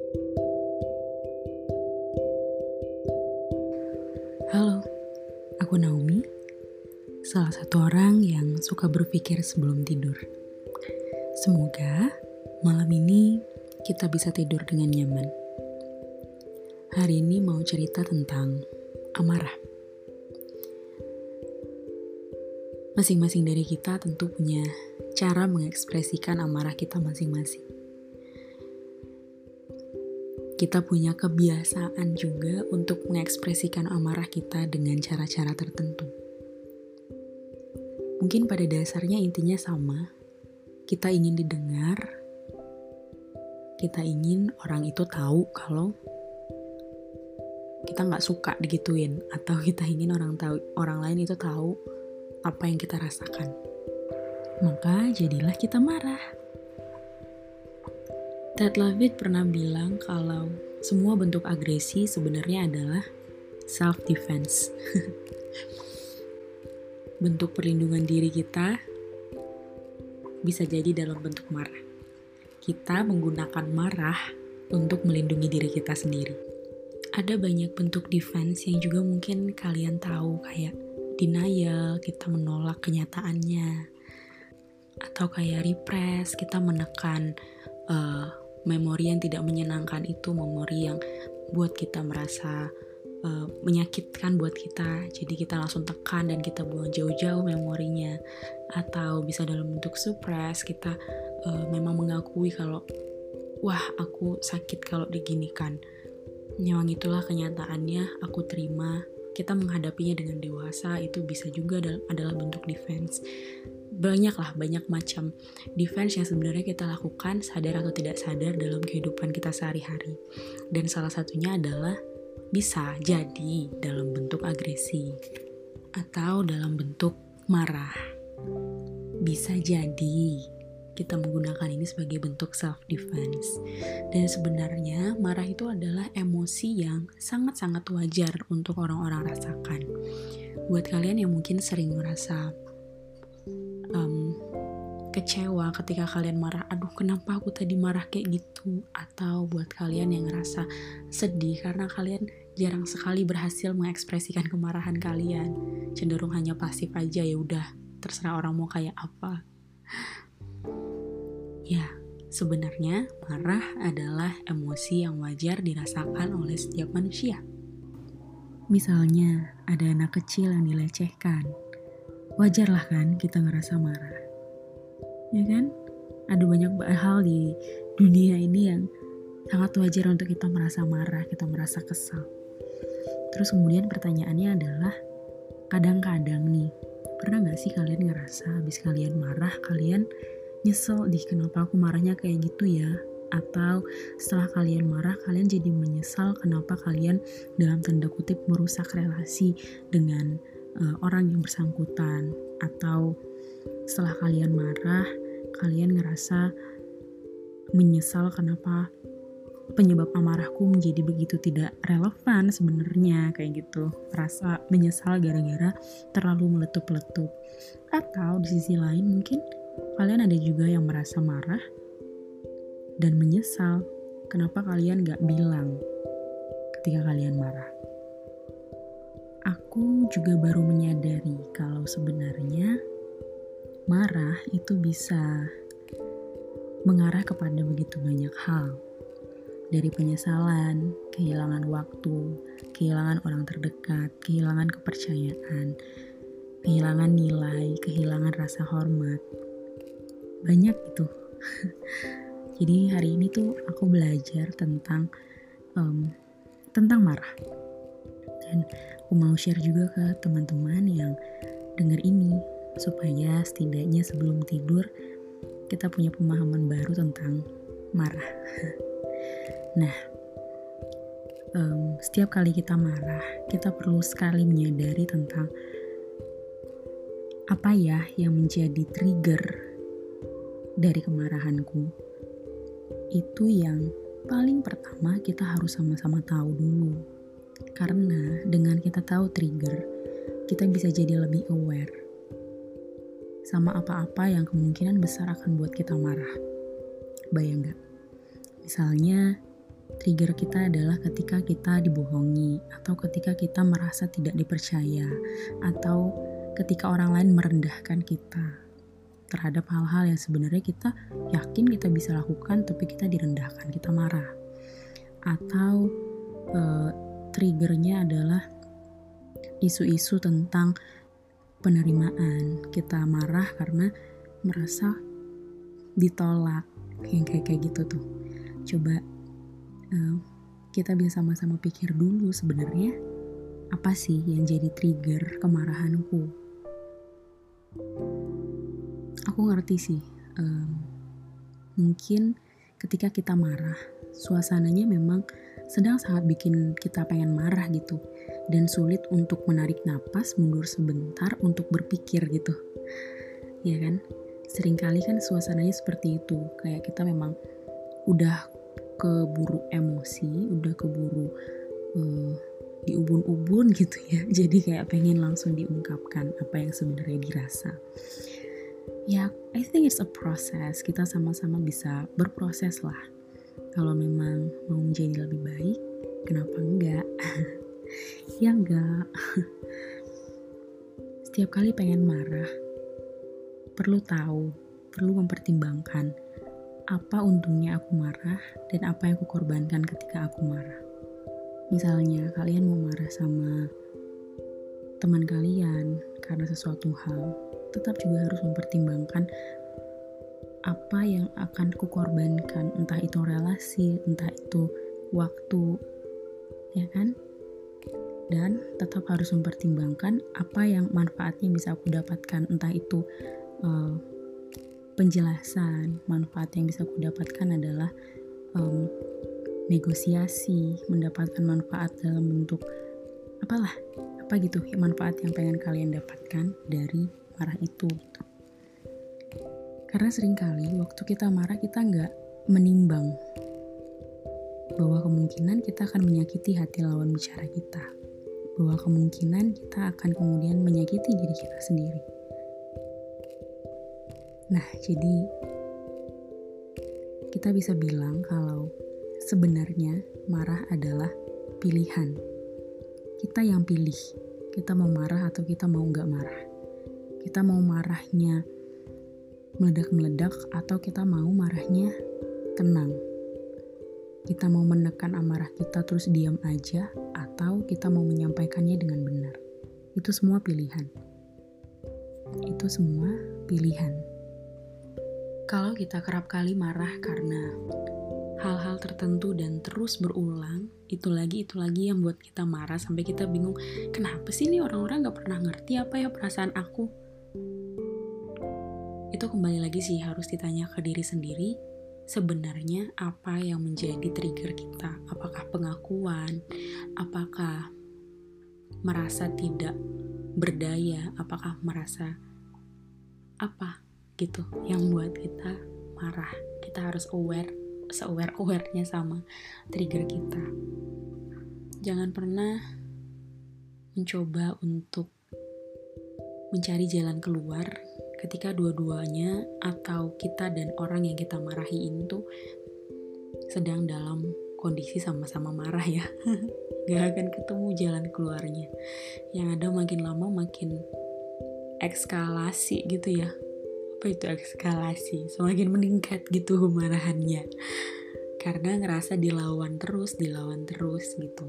Halo, aku Naomi, salah satu orang yang suka berpikir sebelum tidur. Semoga malam ini kita bisa tidur dengan nyaman. Hari ini mau cerita tentang amarah. Masing-masing dari kita tentu punya cara mengekspresikan amarah kita masing-masing. Kita punya kebiasaan juga untuk mengekspresikan amarah kita dengan cara-cara tertentu. Mungkin pada dasarnya intinya sama. Kita ingin didengar, kita ingin orang itu tahu kalau kita nggak suka digituin, atau kita ingin orang lain itu tahu apa yang kita rasakan. Maka jadilah kita marah. Ted Levitt pernah bilang kalau semua bentuk agresi sebenarnya adalah self-defense. Bentuk perlindungan diri kita bisa jadi dalam bentuk marah. Kita menggunakan marah untuk melindungi diri kita sendiri. Ada banyak bentuk defense yang juga mungkin kalian tahu, kayak denial, kita menolak kenyataannya. Atau kayak repress, kita menekan memori yang tidak menyenangkan itu, memori yang buat kita merasa menyakitkan buat kita, jadi kita langsung tekan dan kita buang jauh-jauh memorinya. Atau bisa dalam bentuk suppress, kita memang mengakui kalau wah aku sakit kalau diginikan, memang itulah kenyataannya, aku terima. Kita menghadapinya dengan dewasa, itu bisa juga adalah bentuk defense. Banyak macam defense yang sebenarnya kita lakukan sadar atau tidak sadar dalam kehidupan kita sehari-hari. Dan salah satunya adalah bisa jadi dalam bentuk agresi atau dalam bentuk marah. Bisa jadi kita menggunakan ini sebagai bentuk self-defense. Dan sebenarnya marah itu adalah emosi yang sangat-sangat wajar untuk orang-orang rasakan. Buat kalian yang mungkin sering merasa kecewa ketika kalian marah, aduh kenapa aku tadi marah kayak gitu. Atau buat kalian yang ngerasa sedih karena kalian jarang sekali berhasil mengekspresikan kemarahan kalian, cenderung hanya pasif aja, ya udah terserah orang mau kayak apa. Ya, sebenarnya marah adalah emosi yang wajar dirasakan oleh setiap manusia. Misalnya, ada anak kecil yang dilecehkan. Wajarlah kan kita ngerasa marah. Ya kan? Ada banyak hal di dunia ini yang sangat wajar untuk kita merasa marah, kita merasa kesal. Terus kemudian pertanyaannya adalah, kadang-kadang nih, pernah gak sih kalian ngerasa habis kalian marah, kalian nyesel, kenapa aku marahnya kayak gitu ya? Atau setelah kalian marah, kalian jadi menyesal kenapa kalian dalam tanda kutip merusak relasi dengan orang yang bersangkutan. Atau setelah kalian marah, kalian ngerasa menyesal kenapa penyebab amarahku menjadi begitu tidak relevan sebenarnya, kayak gitu. Rasa menyesal gara-gara terlalu meletup-letup. Atau di sisi lain mungkin kalian ada juga yang merasa marah dan menyesal kenapa kalian gak bilang ketika kalian marah. Aku juga baru menyadari kalau sebenarnya marah itu bisa mengarah kepada begitu banyak hal. Dari penyesalan, kehilangan waktu, kehilangan orang terdekat, kehilangan kepercayaan, kehilangan nilai, kehilangan rasa hormat. Banyak itu. Jadi hari ini tuh aku belajar tentang marah. Dan aku mau share juga ke teman-teman yang dengar ini, supaya setidaknya sebelum tidur kita punya pemahaman baru tentang marah. Nah, setiap kali kita marah, kita perlu sekali menyadari tentang apa ya yang menjadi trigger dari kemarahanku. Itu yang paling pertama kita harus sama-sama tahu dulu. Karena dengan kita tahu trigger, kita bisa jadi lebih aware sama apa-apa yang kemungkinan besar akan buat kita marah. Bayang gak? Misalnya Trigger kita adalah ketika kita dibohongi, atau ketika kita merasa tidak dipercaya, atau ketika orang lain merendahkan kita terhadap hal-hal yang sebenarnya kita yakin kita bisa lakukan, tapi kita direndahkan, kita marah. Atau triggernya adalah isu-isu tentang penerimaan. Kita marah karena merasa ditolak, yang kayak gitu tuh. Coba kita bisa sama-sama pikir dulu sebenarnya apa sih yang jadi trigger kemarahanku. Aku ngerti sih, mungkin ketika kita marah, suasananya memang sedang sangat bikin kita pengen marah gitu, dan sulit untuk menarik napas, mundur sebentar untuk berpikir gitu, ya kan? Seringkali kan suasananya seperti itu, kayak kita memang udah keburu emosi, udah keburu diubun-ubun gitu ya, jadi kayak pengen langsung diungkapkan apa yang sebenarnya dirasa. Ya, I think it's a process. Kita sama-sama bisa berproses lah. Kalau memang mau menjadi lebih baik, kenapa enggak? Ya enggak. Setiap kali pengen marah, perlu tahu, perlu mempertimbangkan apa untungnya aku marah dan apa yang aku korbankan ketika aku marah. Misalnya kalian mau marah sama teman kalian karena sesuatu hal, tetap juga harus mempertimbangkan apa yang akan kukorbankan, entah itu relasi, entah itu waktu, ya kan? Dan tetap harus mempertimbangkan apa yang manfaatnya bisa aku dapatkan, entah itu penjelasan. Manfaat yang bisa aku dapatkan adalah negosiasi, mendapatkan manfaat dalam bentuk apa gitu, manfaat yang pengen kalian dapatkan dari marah itu gitu. Karena seringkali waktu kita marah kita nggak menimbang bahwa kemungkinan kita akan menyakiti hati lawan bicara kita, bahwa kemungkinan kita akan kemudian menyakiti diri kita sendiri. Nah, jadi kita bisa bilang kalau sebenarnya marah adalah pilihan. Kita yang pilih, kita mau marah atau kita mau nggak marah. Kita mau marahnya meledak-meledak atau kita mau marahnya tenang. Kita mau menekan amarah kita terus diam aja atau kita mau menyampaikannya dengan benar. Itu semua pilihan. Itu semua pilihan. Kalau kita kerap kali marah karena hal-hal tertentu dan terus berulang, itu lagi yang buat kita marah sampai kita bingung, kenapa sih nih orang-orang gak pernah ngerti apa ya perasaan aku? Itu kembali lagi sih harus ditanya ke diri sendiri, sebenarnya apa yang menjadi trigger kita? Apakah pengakuan? Apakah merasa tidak berdaya? Apakah merasa apa gitu yang buat kita marah? Kita harus se-aware-nya sama trigger kita. Jangan pernah mencoba untuk mencari jalan keluar ketika dua-duanya atau kita dan orang yang kita marahi itu sedang dalam kondisi sama-sama marah ya. Gak akan ketemu jalan keluarnya. Yang ada makin lama makin ekskalasi gitu ya. Apa itu ekskalasi? Semakin meningkat gitu kemarahannya. Karena ngerasa dilawan terus gitu.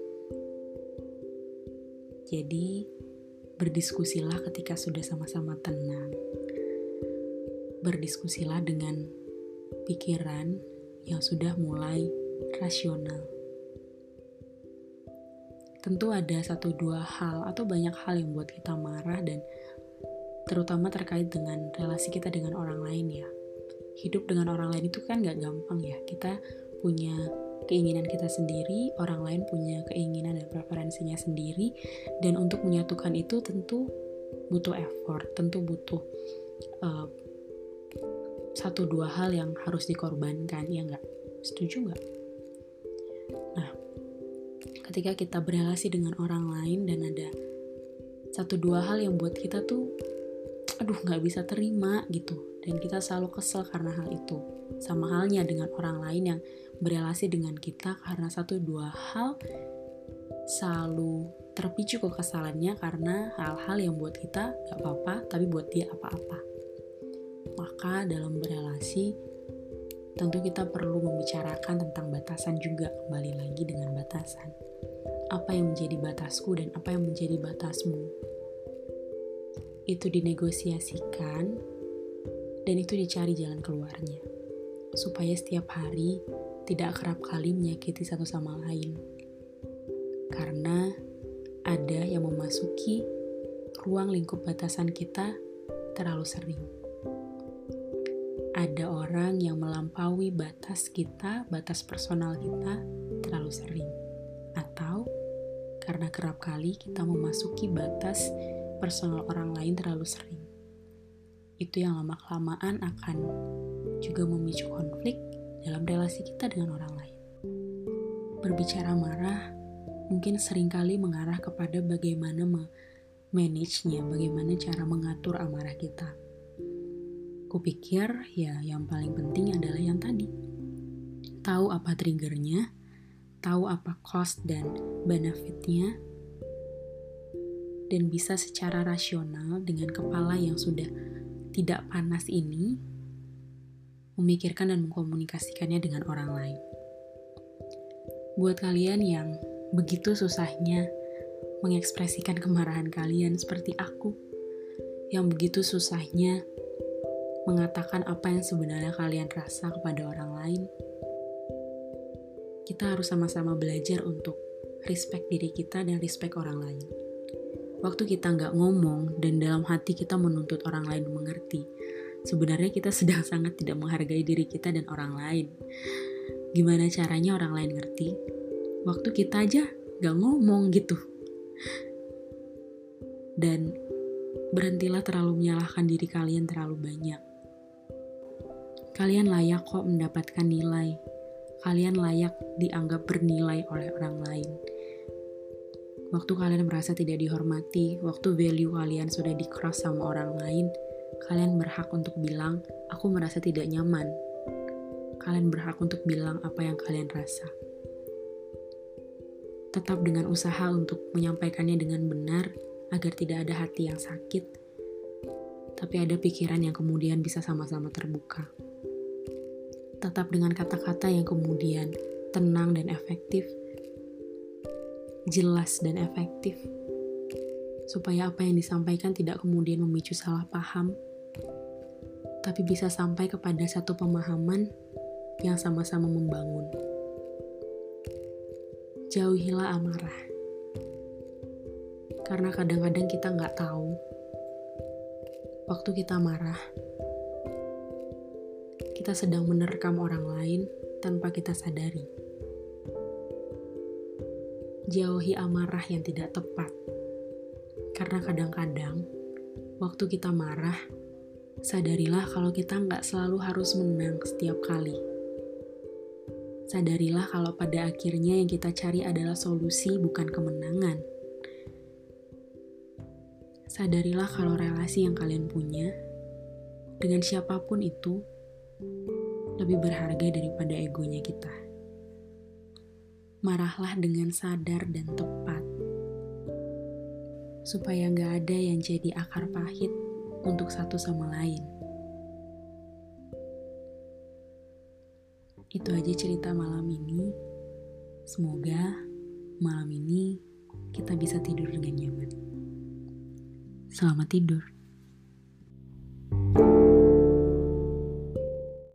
Jadi berdiskusilah ketika sudah sama-sama tenang. Berdiskusilah dengan pikiran yang sudah mulai rasional. Tentu ada 1-2 hal atau banyak hal yang buat kita marah dan terutama terkait dengan relasi kita dengan orang lain ya. Hidup dengan orang lain itu kan gak gampang ya. Kita punya keinginan kita sendiri, orang lain punya keinginan dan preferensinya sendiri, dan untuk menyatukan itu tentu butuh effort, tentu butuh 1-2 hal yang harus dikorbankan, ya gak? Setuju gak? Nah, ketika kita berrelasi dengan orang lain dan ada 1-2 hal yang buat kita tuh aduh nggak bisa terima gitu. Dan kita selalu kesel karena hal itu. Sama halnya dengan orang lain yang berelasi dengan kita karena satu dua hal selalu terpicu kekesalannya karena hal-hal yang buat kita gak apa-apa tapi buat dia apa-apa. Maka dalam berelasi tentu kita perlu membicarakan tentang batasan juga, kembali lagi dengan batasan. Apa yang menjadi batasku dan apa yang menjadi batasmu. Itu dinegosiasikan dan itu dicari jalan keluarnya. Supaya setiap hari tidak kerap kali menyakiti satu sama lain. Karena ada yang memasuki ruang lingkup batasan kita terlalu sering. Ada orang yang melampaui batas kita, batas personal kita terlalu sering. Atau karena kerap kali kita memasuki batas personal orang lain terlalu sering. Itu yang lama-kelamaan akan juga memicu konflik dalam relasi kita dengan orang lain. Berbicara marah mungkin seringkali mengarah kepada bagaimana manage-nya, bagaimana cara mengatur amarah kita. Kupikir ya yang paling penting adalah yang tadi. Tahu apa triggernya, tahu apa cost dan benefitnya, dan bisa secara rasional dengan kepala yang sudah tidak panas ini, memikirkan dan mengkomunikasikannya dengan orang lain. Buat kalian yang begitu susahnya mengekspresikan kemarahan kalian seperti aku, yang begitu susahnya mengatakan apa yang sebenarnya kalian rasa kepada orang lain, kita harus sama-sama belajar untuk respect diri kita dan respect orang lain. Waktu kita nggak ngomong dan dalam hati kita menuntut orang lain mengerti, sebenarnya kita sedang sangat tidak menghargai diri kita dan orang lain. Gimana caranya orang lain ngerti? Waktu kita aja gak ngomong gitu. Dan berhentilah terlalu menyalahkan diri kalian terlalu banyak. Kalian layak kok mendapatkan nilai. Kalian layak dianggap bernilai oleh orang lain. Waktu kalian merasa tidak dihormati, waktu value kalian sudah di-cross sama orang lain, kalian berhak untuk bilang, aku merasa tidak nyaman. Kalian berhak untuk bilang apa yang kalian rasa. Tetap dengan usaha untuk menyampaikannya dengan benar agar tidak ada hati yang sakit, tapi ada pikiran yang kemudian bisa sama-sama terbuka. Tetap dengan kata-kata yang kemudian tenang dan efektif, jelas dan efektif, supaya apa yang disampaikan tidak kemudian memicu salah paham, tapi bisa sampai kepada satu pemahaman yang sama-sama membangun. Jauhilah amarah. Karena kadang-kadang kita nggak tahu, waktu kita marah, kita sedang menerkam orang lain tanpa kita sadari. Jauhi amarah yang tidak tepat. Karena kadang-kadang, waktu kita marah, sadarilah kalau kita nggak selalu harus menang setiap kali. Sadarilah kalau pada akhirnya yang kita cari adalah solusi, bukan kemenangan. Sadarilah kalau relasi yang kalian punya, dengan siapapun itu, lebih berharga daripada egonya kita. Marahlah dengan sadar dan tepat, supaya nggak ada yang jadi akar pahit untuk satu sama lain. Itu aja cerita malam ini. Semoga malam ini kita bisa tidur dengan nyaman. Selamat tidur.